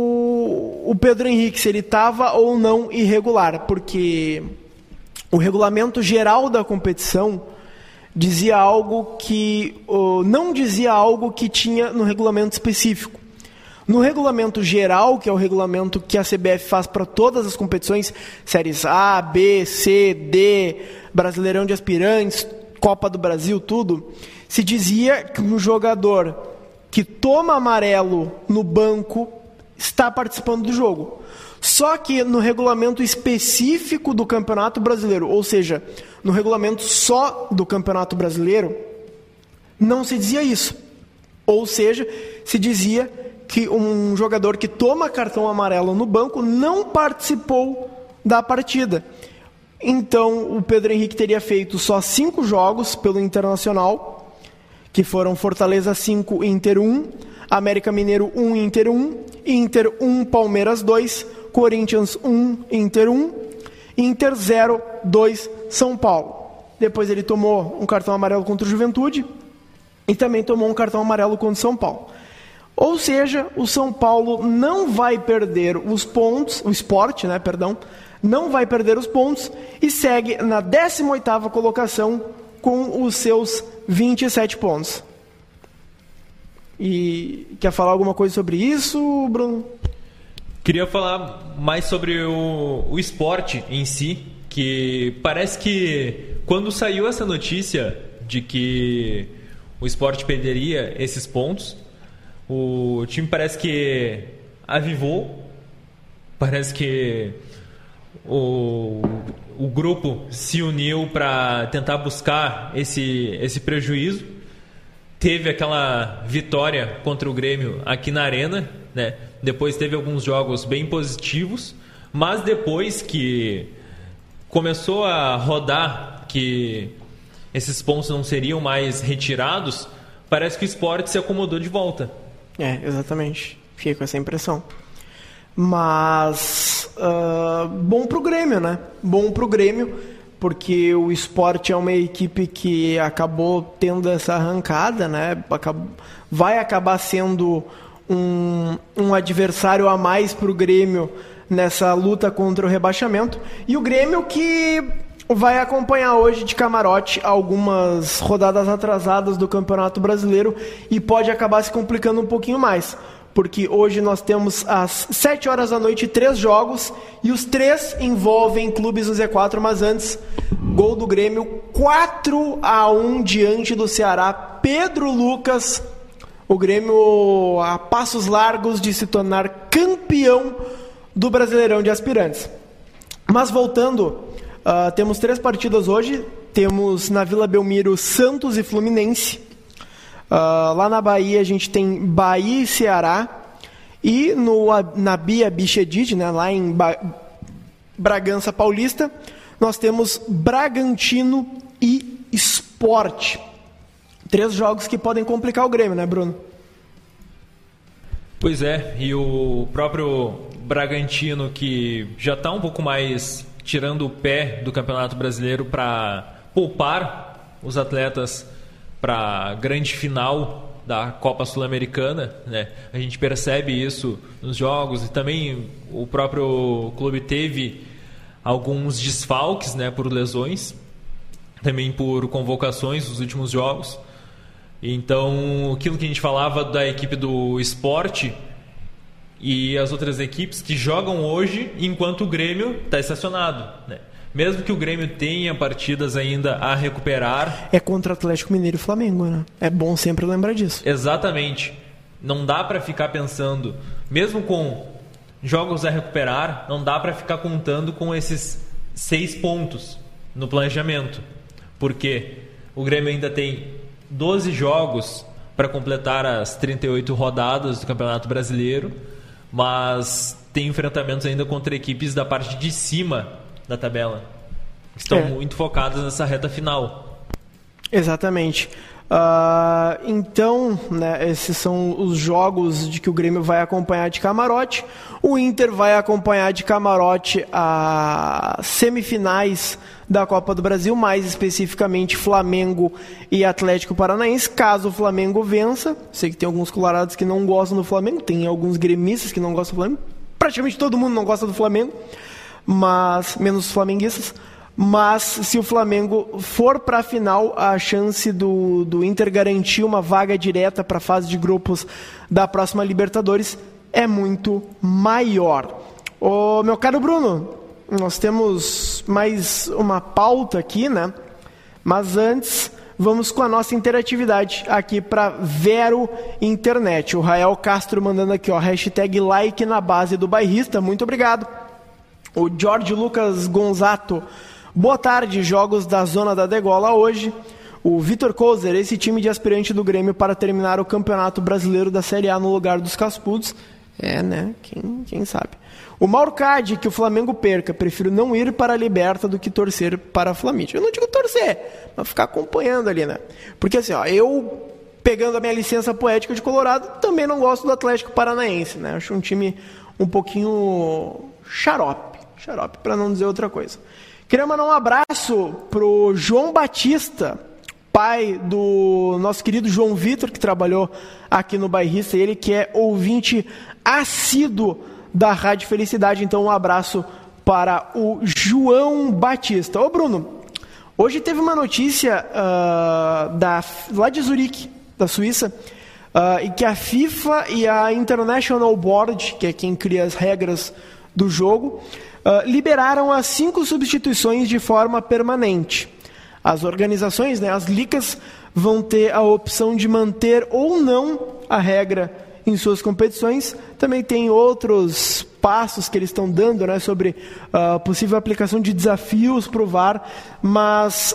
o Pedro Henrique, se ele estava ou não irregular, porque o regulamento geral da competição dizia algo que não dizia algo que tinha no regulamento específico. No regulamento geral, que é o regulamento que a CBF faz para todas as competições, séries A, B, C, D, Brasileirão de Aspirantes, Copa do Brasil, tudo, se dizia que um jogador que toma amarelo no banco está participando do jogo. Só que no regulamento específico do Campeonato Brasileiro, ou seja, no regulamento só do Campeonato Brasileiro, não se dizia isso. Ou seja, se dizia que um jogador que toma cartão amarelo no banco não participou da partida. Então, o Pedro Henrique teria feito só 5 jogos pelo Internacional, que foram Fortaleza 5, Inter 1, América Mineiro 1, Inter 1, Inter 1, Palmeiras 2, Corinthians 1, Inter 1, Inter 0, 2, São Paulo. Depois ele tomou um cartão amarelo contra o Juventude e também tomou um cartão amarelo contra o São Paulo. Ou seja, o São Paulo não vai perder os pontos, o Sport, não vai perder os pontos e segue na 18ª colocação com os seus 27 pontos. E quer falar alguma coisa sobre isso, Bruno? Queria falar mais sobre o esporte em si, que parece que quando saiu essa notícia de que o Sport perderia esses pontos, o time parece que avivou, parece que o grupo se uniu para tentar buscar esse prejuízo. Teve aquela vitória contra o Grêmio aqui na Arena, né? Depois teve alguns jogos bem positivos, Mas depois que começou a rodar que esses pontos não seriam mais retirados, parece que o Sport se acomodou de volta. Exatamente. Fiquei com essa impressão. Mas bom pro Grêmio, né? Bom pro Grêmio, porque o Sport é uma equipe que acabou tendo essa arrancada, né? Vai acabar sendo um adversário a mais pro Grêmio nessa luta contra o rebaixamento. E o Grêmio que vai acompanhar hoje de camarote algumas rodadas atrasadas do Campeonato Brasileiro e pode acabar se complicando um pouquinho mais. Porque hoje nós temos às 7 horas da noite 3 jogos e os 3 envolvem clubes do Z4, mas antes, gol do Grêmio 4-1 diante do Ceará. Pedro Lucas, o Grêmio a passos largos de se tornar campeão do Brasileirão de Aspirantes. Mas voltando, temos 3 partidas hoje. Temos na Vila Belmiro Santos e Fluminense. Lá na Bahia a gente tem Bahia e Ceará. E na Bia Bichedid, né, lá em Bragança Paulista, nós temos Bragantino e Sport. 3 jogos que podem complicar o Grêmio, né, Bruno? Pois é, e o próprio Bragantino, que já está um pouco mais tirando o pé do Campeonato Brasileiro para poupar os atletas para a grande final da Copa Sul-Americana, né? A gente percebe isso nos jogos, e também o próprio clube teve alguns desfalques, né, por lesões, também por convocações nos últimos jogos. Então, aquilo que a gente falava da equipe do Sport e as outras equipes que jogam hoje enquanto o Grêmio está estacionado, né? Mesmo que o Grêmio tenha partidas ainda a recuperar... É contra Atlético Mineiro e Flamengo, né? É bom sempre lembrar disso. Exatamente. Não dá para ficar pensando, mesmo com jogos a recuperar, não dá para ficar contando com esses 6 pontos no planejamento. Porque o Grêmio ainda tem 12 jogos para completar as 38 rodadas do Campeonato Brasileiro, mas tem enfrentamentos ainda contra equipes da parte de cima da tabela. Estão muito focadas nessa reta final. Exatamente. Então, né, esses são os jogos de que o Grêmio vai acompanhar de camarote. O Inter vai acompanhar de camarote as semifinais da Copa do Brasil, mais especificamente Flamengo e Atlético Paranaense. Caso o Flamengo vença, sei que tem alguns colorados que não gostam do Flamengo, tem alguns gremistas que não gostam do Flamengo, praticamente todo mundo não gosta do Flamengo, mas menos os flamenguistas. Mas se o Flamengo for para a final, a chance do Inter garantir uma vaga direta para a fase de grupos da próxima Libertadores é muito maior. Ô, meu caro Bruno, nós temos mais uma pauta aqui, né? Mas antes, vamos com a nossa interatividade aqui para Vero Internet. O Rael Castro mandando aqui, ó, hashtag like na base do bairrista, muito obrigado. O Jorge Lucas Gonzato, boa tarde, jogos da zona da degola hoje. O Vitor Kozer, esse time de aspirante do Grêmio para terminar o Campeonato Brasileiro da Série A no lugar dos cascudos. É, né? Quem sabe. O Mauro Cade, que o Flamengo perca. Prefiro não ir para a Liberta do que torcer para a Flamídia. Eu não digo torcer, mas ficar acompanhando ali, né? Porque assim, ó, eu, pegando a minha licença poética de Colorado, também não gosto do Atlético Paranaense, né? Acho um time um pouquinho xarope, para não dizer outra coisa. Queria mandar um abraço pro João Batista, pai do nosso querido João Vitor, que trabalhou aqui no Bairrista, ele que é ouvinte assíduo da Rádio Felicidade. Então um abraço para o João Batista. Ô Bruno, hoje teve uma notícia lá de Zurique, da Suíça, e que a FIFA e a International Board, que é quem cria as regras do jogo, liberaram as 5 substituições de forma permanente. As organizações, né, as ligas, vão ter a opção de manter ou não a regra em suas competições. Também tem outros passos que eles estão dando, né, sobre a possível aplicação de desafios para o VAR, mas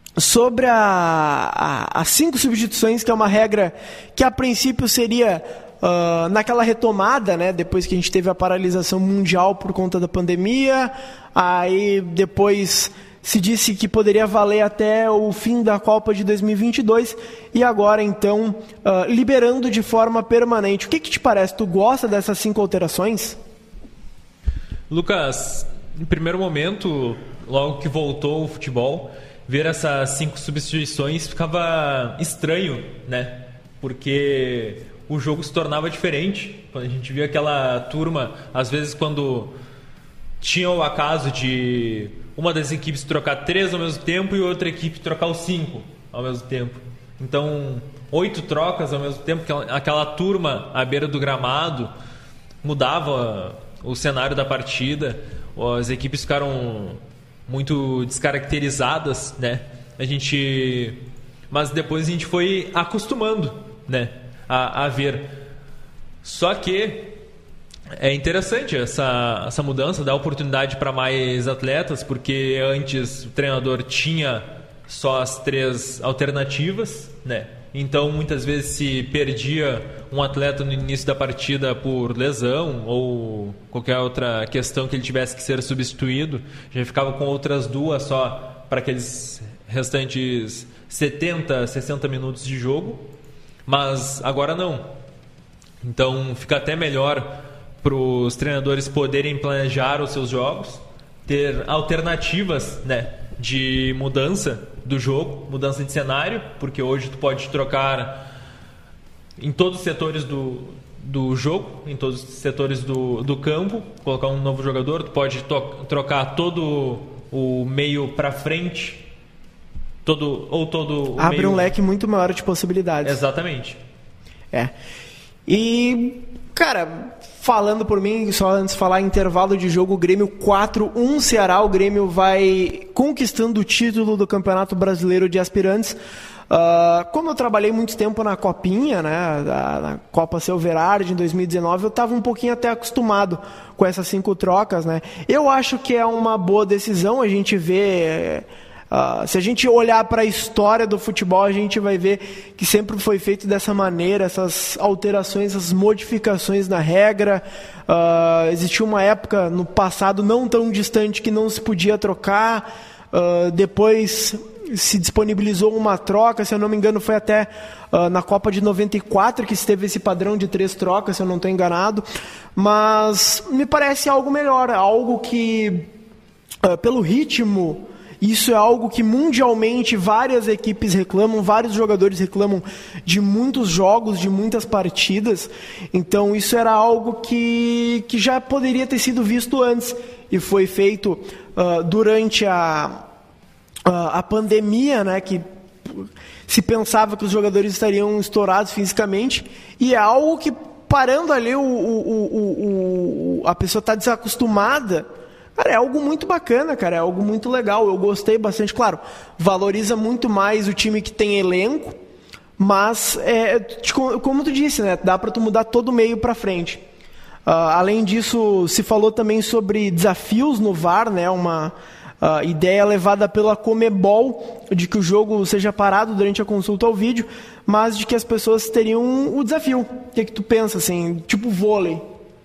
sobre as 5 substituições, que é uma regra que a princípio seria naquela retomada, né, depois que a gente teve a paralisação mundial por conta da pandemia, aí depois se disse que poderia valer até o fim da Copa de 2022 e agora então liberando de forma permanente. O que te parece? Tu gosta dessas 5 alterações? Lucas, em primeiro momento, logo que voltou o futebol, ver essas 5 substituições ficava estranho, né? Porque o jogo se tornava diferente. Quando a gente via aquela turma, às vezes quando tinha o acaso de uma das equipes trocar 3 ao mesmo tempo e outra equipe trocar os 5 ao mesmo tempo. Então, 8 trocas ao mesmo tempo, aquela turma à beira do gramado mudava o cenário da partida, as equipes ficaram muito descaracterizadas, né? Mas depois a gente foi acostumando, né, a ver. Só que é interessante essa mudança, dá oportunidade para mais atletas, porque antes o treinador tinha só as 3 alternativas, né? Então muitas vezes se perdia um atleta no início da partida por lesão ou qualquer outra questão que ele tivesse que ser substituído, já ficava com outras 2 só para aqueles restantes 70, 60 minutos de jogo, mas agora não. Então fica até melhor para os treinadores poderem planejar os seus jogos, ter alternativas, né, de mudança do jogo, mudança de cenário, porque hoje tu pode trocar em todos os setores do jogo, em todos os setores do campo, colocar um novo jogador, tu pode trocar todo o meio para frente, abre meio... um leque muito maior de possibilidades. Exatamente. E, cara, falando por mim, só antes de falar, intervalo de jogo, Grêmio 4-1 Ceará. O Grêmio vai conquistando o título do Campeonato Brasileiro de Aspirantes. Como eu trabalhei muito tempo na Copinha, né, na Copa Silverard em 2019, eu estava um pouquinho até acostumado com essas 5 trocas, né? Eu acho que é uma boa decisão. A gente vê... se a gente olhar para a história do futebol, a gente vai ver que sempre foi feito dessa maneira, essas alterações, essas modificações na regra. Existiu uma época no passado não tão distante que não se podia trocar, depois se disponibilizou uma troca, se eu não me engano foi até na Copa de 94 que se teve esse padrão de 3 trocas, se eu não estou enganado, mas me parece algo melhor, algo que pelo ritmo, isso é algo que mundialmente várias equipes reclamam, vários jogadores reclamam de muitos jogos, de muitas partidas. Então isso era algo que já poderia ter sido visto antes e foi feito durante a pandemia, né, que se pensava que os jogadores estariam estourados fisicamente, e é algo que, parando ali, a pessoa está desacostumada. Cara, é algo muito bacana, cara, é algo muito legal, eu gostei bastante. Claro, valoriza muito mais o time que tem elenco, mas, como tu disse, né, dá para tu mudar todo o meio para frente. Além disso, se falou também sobre desafios no VAR, né, uma ideia levada pela Conmebol de que o jogo seja parado durante a consulta ao vídeo, mas de que as pessoas teriam o desafio. O que tu pensa, assim, tipo vôlei?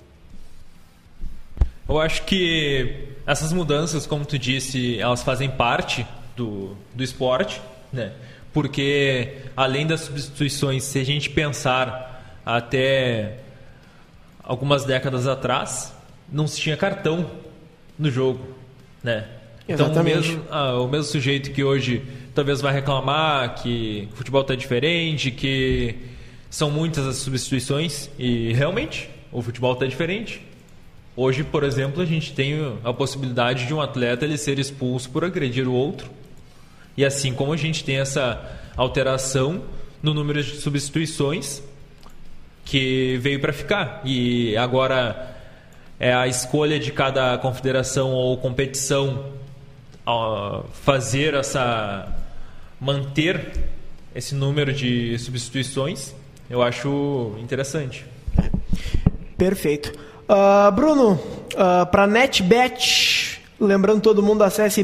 Eu acho que essas mudanças, como tu disse, elas fazem parte do esporte, né? Porque além das substituições, se a gente pensar até algumas décadas atrás, não se tinha cartão no jogo, né? Então o mesmo sujeito que hoje talvez vai reclamar que o futebol está diferente, que são muitas as substituições, e realmente o futebol está diferente. Hoje, por exemplo, a gente tem a possibilidade de um atleta ele ser expulso por agredir o outro. E assim como a gente tem essa alteração no número de substituições que veio para ficar. E agora é a escolha de cada confederação ou competição manter esse número de substituições. Eu acho interessante. Perfeito. Bruno, para NetBet, lembrando todo mundo, acesse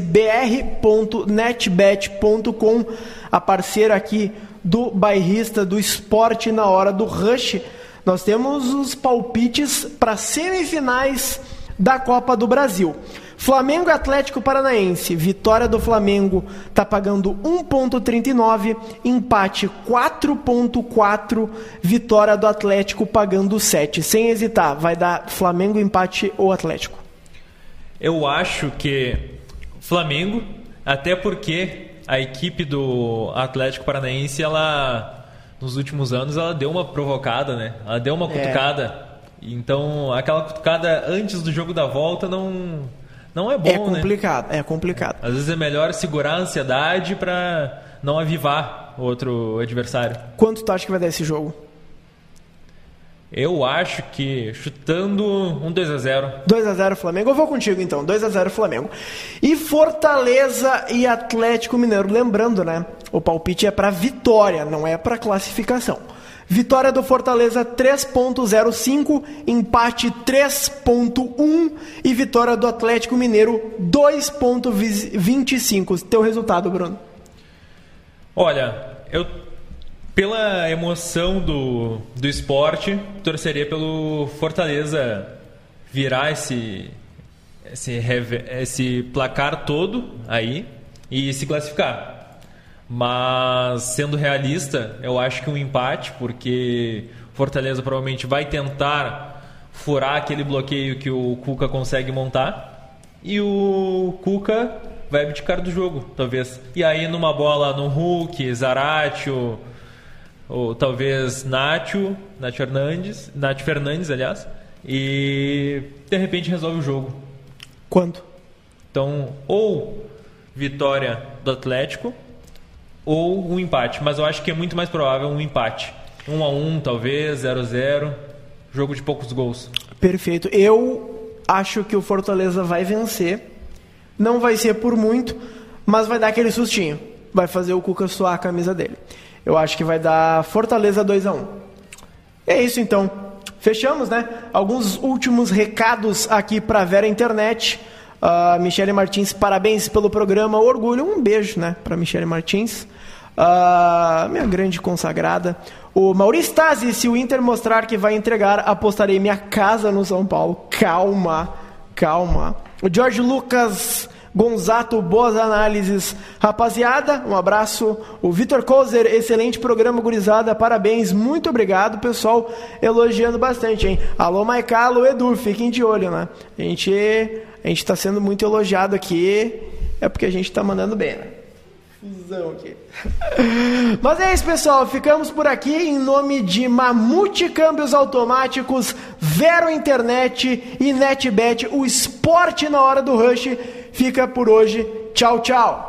br.netbet.com, a parceira aqui do Bairrista, do Esporte na Hora do Rush. Nós temos os palpites para semifinais da Copa do Brasil. Flamengo e Atlético Paranaense. Vitória do Flamengo está pagando 1,39, empate 4,4, vitória do Atlético pagando 7. Sem hesitar, vai dar Flamengo, empate ou Atlético? Eu acho que Flamengo, até porque a equipe do Atlético Paranaense, ela nos últimos anos ela deu uma provocada, né? Ela deu uma cutucada. Então, aquela cutucada antes do jogo da volta não é bom, é complicado, né? É complicado. Às vezes é melhor segurar a ansiedade para não avivar o outro adversário. Quanto tu acha que vai dar esse jogo? Eu acho que chutando um 2-0. 2-0 Flamengo. Eu vou contigo então, 2-0 Flamengo. E Fortaleza e Atlético Mineiro. Lembrando, né? O palpite é para vitória, não é para classificação. Vitória do Fortaleza 3,05, empate 3,1 e vitória do Atlético Mineiro 2,25. Teu resultado, Bruno? Olha, eu pela emoção do esporte, torceria pelo Fortaleza virar esse placar todo aí e se classificar. Mas, sendo realista, eu acho que um empate, porque Fortaleza provavelmente vai tentar furar aquele bloqueio que o Cuca consegue montar e o Cuca vai abdicar do jogo, talvez. E aí, numa bola no Hulk, Zaratio, ou talvez Nath Fernandes, aliás, e de repente resolve o jogo. Quanto? Então, ou vitória do Atlético, ou um empate, mas eu acho que é muito mais provável um empate. 1-1, talvez, 0-0, jogo de poucos gols. Perfeito. Eu acho que o Fortaleza vai vencer, não vai ser por muito, mas vai dar aquele sustinho, vai fazer o Cuca suar a camisa dele. Eu acho que vai dar Fortaleza 2-1. É isso então, fechamos, né? Alguns últimos recados aqui para Vera Internet. Michele Martins, parabéns pelo programa, orgulho, um beijo, né, para Michele Martins, minha grande consagrada. O Maurício Tazzi, se o Inter mostrar que vai entregar, apostarei minha casa no São Paulo. Calma. O Jorge Lucas Gonzato, boas análises, rapaziada, um abraço. O Vitor Kozer, excelente programa, gurizada, parabéns, muito obrigado, pessoal elogiando bastante, hein? Alô Maiká, alô Edu, fiquem de olho, né? A gente tá sendo muito elogiado aqui, é porque a gente tá mandando bem, né? Fusão aqui. Mas é isso, pessoal, ficamos por aqui em nome de Mamute Câmbios Automáticos, Vero Internet e NetBet, o esporte na hora do rush. Fica por hoje, tchau, tchau.